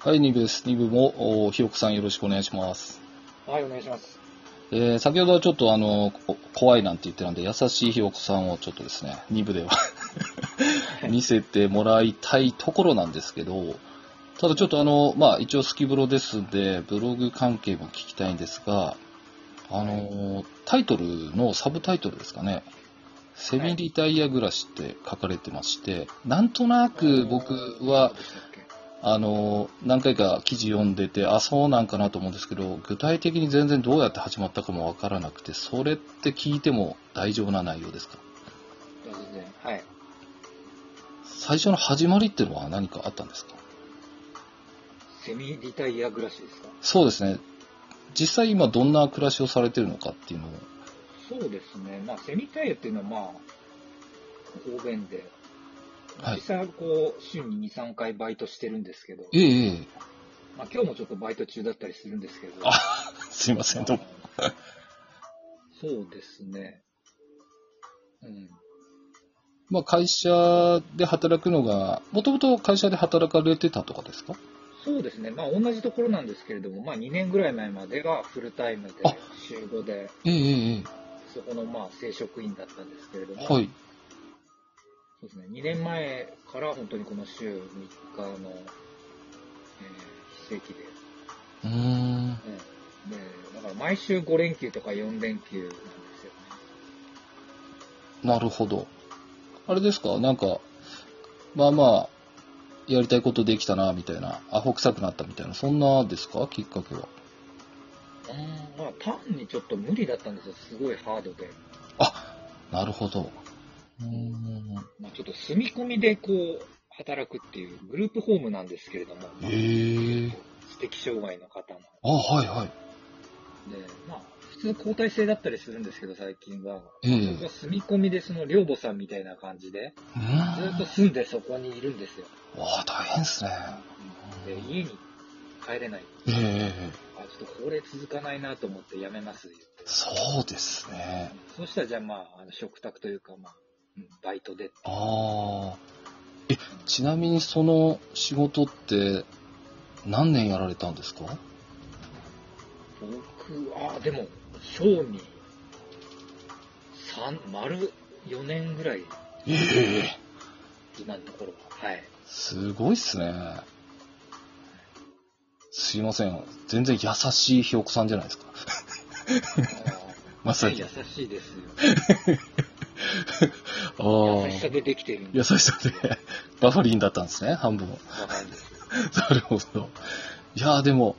はい、2部です。2部も、ひよこさんよろしくお願いします。 はい、お願いします。 先ほどはちょっと怖いなんて言ってたんで、優しいひよこさんをちょっとですね、2部では見せてもらいたいところなんですけど、ただちょっと一応スキブロですんで、ブログ関係も聞きたいんですが、タイトルのサブタイトルですかね、セミリタイヤ暮らしって書かれてまして、なんとなく僕は、何回か記事読んでて、そうなんかなと思うんですけど、具体的に全然どうやって始まったかもわからなくて、それって聞いても大丈夫な内容ですか？ 全然、はい。 最初の始まりっていうのは何かあったんですか？ セミリタイヤ暮らしですか？ そうですね。実際今どんな暮らしをされてるのかっていうのを。 そうですね。セミリタイヤっていうのは方便で、実際は週に2、3回バイトしてるんですけど、 ええ。 今日もちょっとバイト中だったりするんですけど、 すいません、どうも。 そうですね。 会社で働くのが、もともと会社で働かれてたとかですか？ そうですね。同じところなんですけれども、2年ぐらい前までがフルタイムで、週5で、そこの正職員だったんですけれども、 はい。 そうですね。2年前から本当にこの週3日の、非正規で。で、だから毎週5連休とか4連休なんですよね。 なるほど。あれですか、なんか、やりたいことできたな、みたいな、アホ臭くなったみたいな、そんなですか、きっかけは。 単にちょっと無理だったんですよ。すごいハードで。 なるほど。 ちょっと住み込みで働くっていうグループホームなんですけれども、知的障害の方も。 はいはい。 で、普通交代制だったりするんですけど、最近は。僕は住み込みで寮母さんみたいな感じで、ずっと住んでそこにいるんですよ。 大変ですね。 で、家に帰れない。ちょっとこれ続かないなと思って辞めます言って。 そうですね。 そうしたらじゃあ食卓というかバイトで。 ちなみにその仕事って何年やられたんですか？ 僕、でも、小に丸4年ぐらい。今のところは。はい。 すごいっすね。すいません。全然優しいひよこさんじゃないですか。 まさに優しいですよ。優しさでできてるんで。 優しさで。バファリンだったんですね、半分。 バファリンです。 なるほど。いや、でも、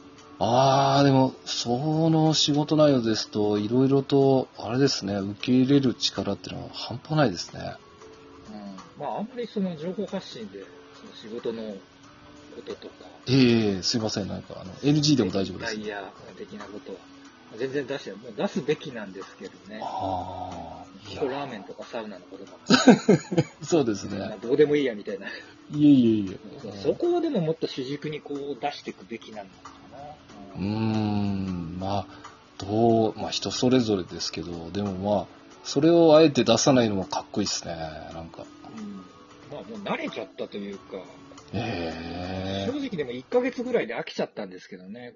その仕事内容ですと、いろいろと、あれですね、受け入れる力っていうのは半端ないですね。 あんまりその情報発信で、その仕事のこととか。 すいません、NG でも大丈夫です。 いや、的なことは。全然出すべきなんですけどね。ラーメンとかサウナのことかも。 そうですね。 どうでもいいやみたいな。 いえ。 そこをでももっと主軸に出していくべきなのかな。人それぞれですけど、でもそれをあえて出さないのもかっこいいですね、なんか。 もう慣れちゃったというか。 正直でも1ヶ月ぐらいで飽きちゃったんですけどね。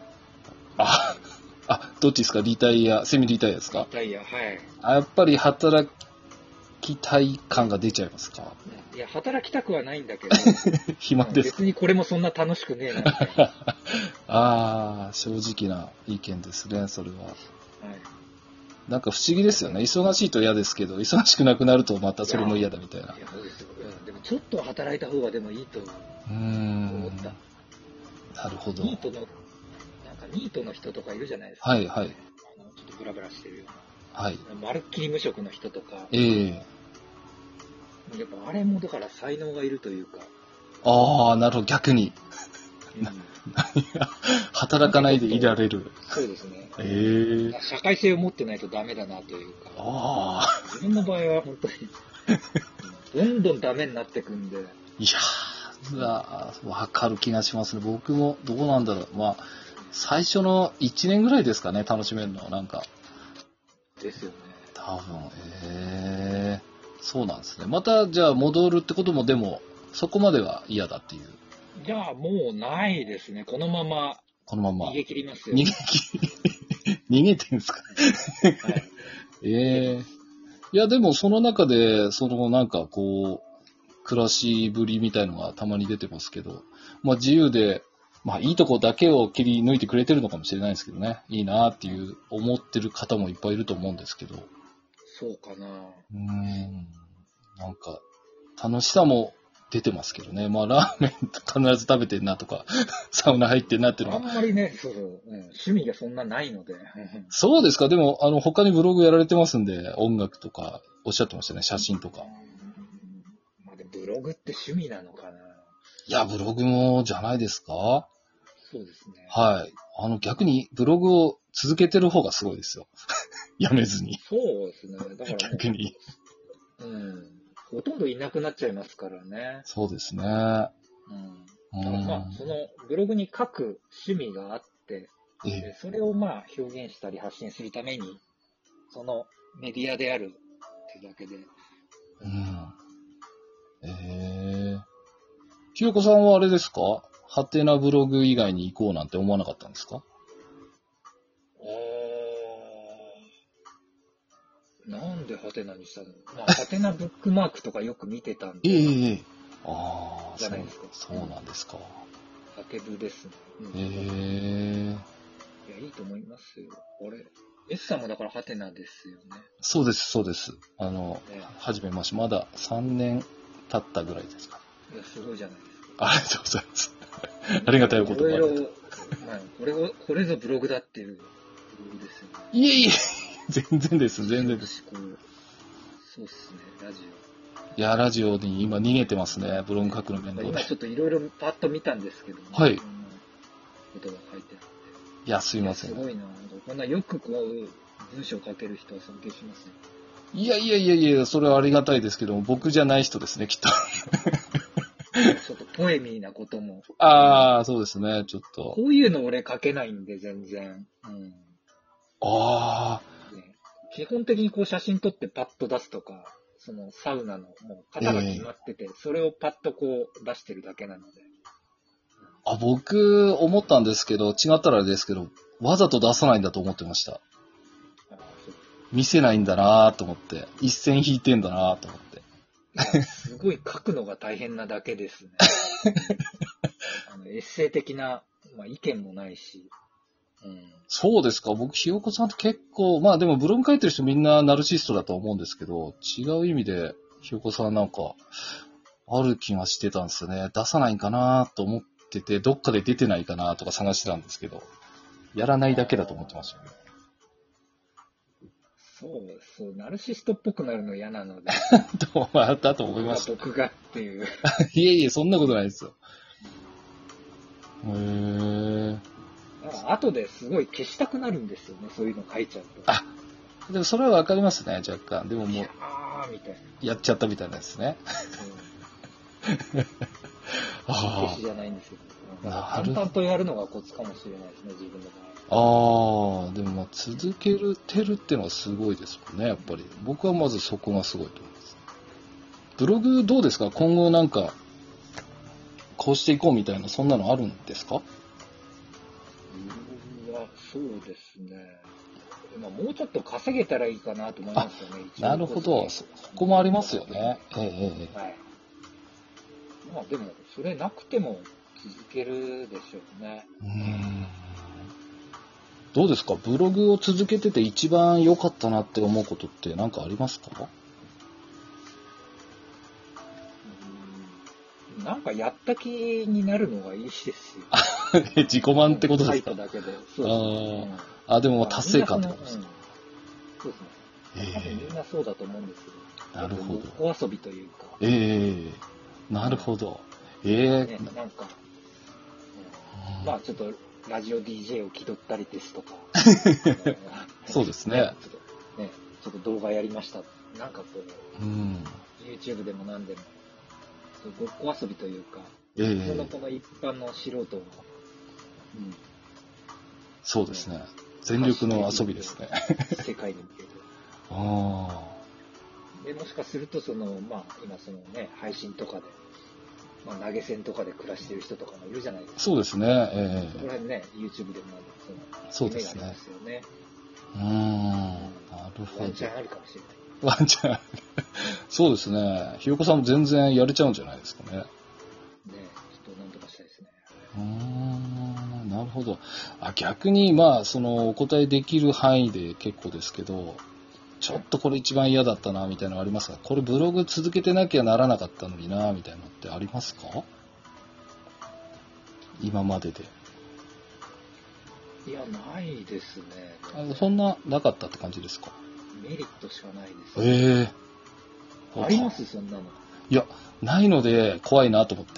どっちですか？セミリタイヤですか？ リタイヤ、はい。 やっぱり働きたい感が出ちゃいますか？ いや、働きたくはないんだけど。 暇です。 別にこれもそんな楽しくねえなみたいな。正直な意見ですね、それは。 はい。 なんか不思議ですよね。忙しいと嫌ですけど、忙しくなくなるとまたそれも嫌だみたいな。 いや、そうですよ。でもちょっと働いた方がでもいいと思った。 なるほど。 ニートの人とかいるじゃないですか。 はい。ちょっとブラブラしてるような。 はい。 まるっきり無職の人とか。 やっぱあれもだから才能がいるというか。 なるほど、逆に。働かないでいられる。 そうですね。社会性を持ってないとダメだなというか。自分の場合は本当にどんどんダメになってくんで。 いやわかる気がしますね。僕もどうなんだろう。最初の1年ぐらいですかね、楽しめるのはなんか。 ですよね。 多分、そうなんですね。またじゃあ戻るってこともでもそこまでは嫌だっていう。 じゃあもうないですね。このまま逃げ切りますよ。 逃げてんすか？はい。いや、でもその中で、なんかこう、暮らしぶりみたいのがたまに出てますけど、まあ自由で、まあいいとこだけを切り抜いてくれてるのかもしれないですけどね。いいなっていう思ってる方もいっぱいいると思うんですけど。 そうかな。 なんか、楽しさも出てますけどね。まあラーメン必ず食べてんなとか、サウナ入ってんなっていうのは。 あんまりね、趣味がそんなないので。 そうですか。でも、他にブログやられてますんで、音楽とか、おっしゃってましたね。写真とか。 まあでもブログって趣味なのかな。 いや、ブログもじゃないですか？ そうですね。 はい。逆にブログを続けてる方がすごいですよ。やめずに。 そうですね。だから逆に。 ほとんどいなくなっちゃいますからね。 そうですね。 まあ、そのブログに書く趣味があって、それをまあ表現したり発信するために、そのメディアであるってだけで。 ひよこさんはあれですか？ハテナブログ以外に行こうなんて思わなかったんですか？ なんでハテナにしたの？まあ、ハテナブックマークとかよく見てたんで。 ああ、 じゃないですか。 そうなんですか。 ハテブですね。いや、いいと思いますよ。S さんもだからハテナですよね。 そうです、そうです。始めました。まだ3年経ったぐらいですか。 いや、すごいじゃないですか。 ありがとうございます。ありがたいお言葉。 これぞブログだっていうブログですよね。 いえいえ、全然です、全然です。 そうっすね、ラジオ。 いや、ラジオに今逃げてますね、ブログ書くの面倒で。 今ちょっといろいろパッと見たんですけど、 はい。 ことが書いてあって。 いや、すいません。 すごいな。こんなよくこう、文章を書ける人は尊敬しますね。 いや、それはありがたいですけども、僕じゃない人ですね、きっと。 ちょっとポエミーなことも。 ああ、そうですね、ちょっと。 こういうの俺書けないんで、全然。基本的にこう写真撮ってパッと出すとか、そのサウナのもう型が決まってて、それをパッとこう出してるだけなので。 僕、思ったんですけど、違ったらあれですけど、わざと出さないんだと思ってました。見せないんだなと思って、一線引いてんだなと思って。 すごい書くのが大変なだけですね。エッセイ的な、意見もないし。 そうですか。僕、ひよこさんって結構、まあでもブログ書いてる人みんなナルシストだと思うんですけど、違う意味でひよこさんなんか、ある気がしてたんですよね。出さないんかなと思ってて、どっかで出てないかなとか探してたんですけど、やらないだけだと思ってましたね。 そう、ナルシストっぽくなるの嫌なので。 だと思いました。 僕がっていう。 いえ、そんなことないですよ。 後ですごい消したくなるんですよね、そういうの書いちゃうと。 でもそれはわかりますね、若干。でももう、 みたいな。 やっちゃったみたいなですね。 消しじゃないんですけど。淡々とやるのがコツかもしれないですね、自分の場合。 でも続けてるっていうのはすごいですもんね、やっぱり。僕はまずそこがすごいと思います。ブログどうですか？今後なんか、こうしていこうみたいな、そんなのあるんですか？ そうですね。もうちょっと稼げたらいいかなと思いますよね。 なるほど。そこもありますよね。はい。 でも、それなくても続けるでしょうね。 どうですか？ブログを続けてて一番良かったなって思うことって何かありますか？ なんかやった気になるのがいいですよ。 自己満ってことですか？ 書いただけで。 でも達成感ってことですか？ そうですね。多分みんなそうだと思うんですけど。 なるほど。 お遊びというか。 なるほど。 なんか、ちょっとラジオ DJ を気取ったりですとか。 そうですね。 ちょっと動画やりました。なんかこう、YouTube でも何でも。ごっこ遊びというか、この一般の素人の、 そうですね。全力の遊びですね。 世界に向けて。で、もしかすると今配信とかで、 まあ、投げ銭とかで暮らしてる人とかもいるじゃないですか。 そうですね。 そこら辺ね、YouTube でもそうですね。 夢がありますよね。 なるほど。 ワンチャンあるかもしれない。 ワンチャン。そうですね。ひよこさんも全然やれちゃうんじゃないですかね。 ね、ちょっとなんとかしたいですね。 なるほど。逆に、まあ、お答えできる範囲で結構ですけど、ちょっとこれ一番嫌だったな、みたいなのありますか？これブログ続けてなきゃならなかったのにな、みたいなのってありますか？今までで。 いや、ないですね。 そんな、なかったって感じですか？ メリットしかないです、ありますそんなの。 いや、ないので怖いなと思って。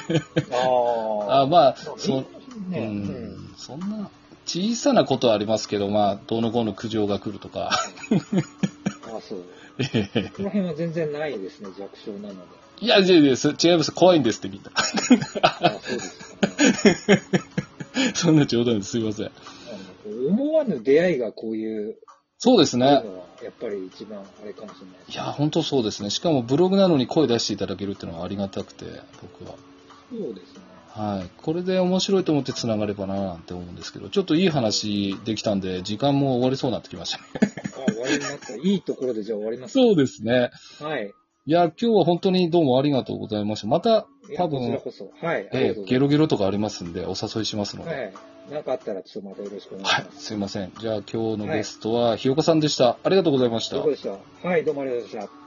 まあ、そんな小さなことはありますけど、まあ、どうのこうの苦情が来るとか。 そう。この辺は全然ないですね、弱小なので。 いや、違います。怖いんですってみんな。 そうですかね。 そんな冗談です。すいません。 思わぬ出会いがこういう。 そうですね。やっぱり一番あれかもしれないですね。 いや、本当そうですね。しかもブログなのに声出していただけるっていうのはありがたくて、僕は。 そうですね。 はい。これで面白いと思って繋がればななんて思うんですけど、ちょっといい話できたんで、時間も終わりそうになってきましたね。 終わりになった。いいところでじゃあ終わります。 そうですね。 はい。 いや、今日は本当にどうもありがとうございました。また、多分、 こちらこそ。はい。 ゲロゲロとかありますんで、お誘いしますので。 はい。なんかあったら、ちょっとまたよろしくお願いします。 はい。すいません。じゃあ今日のゲストは、ひよこさんでした。ありがとうございました。 どうでした？はい、どうもありがとうございました。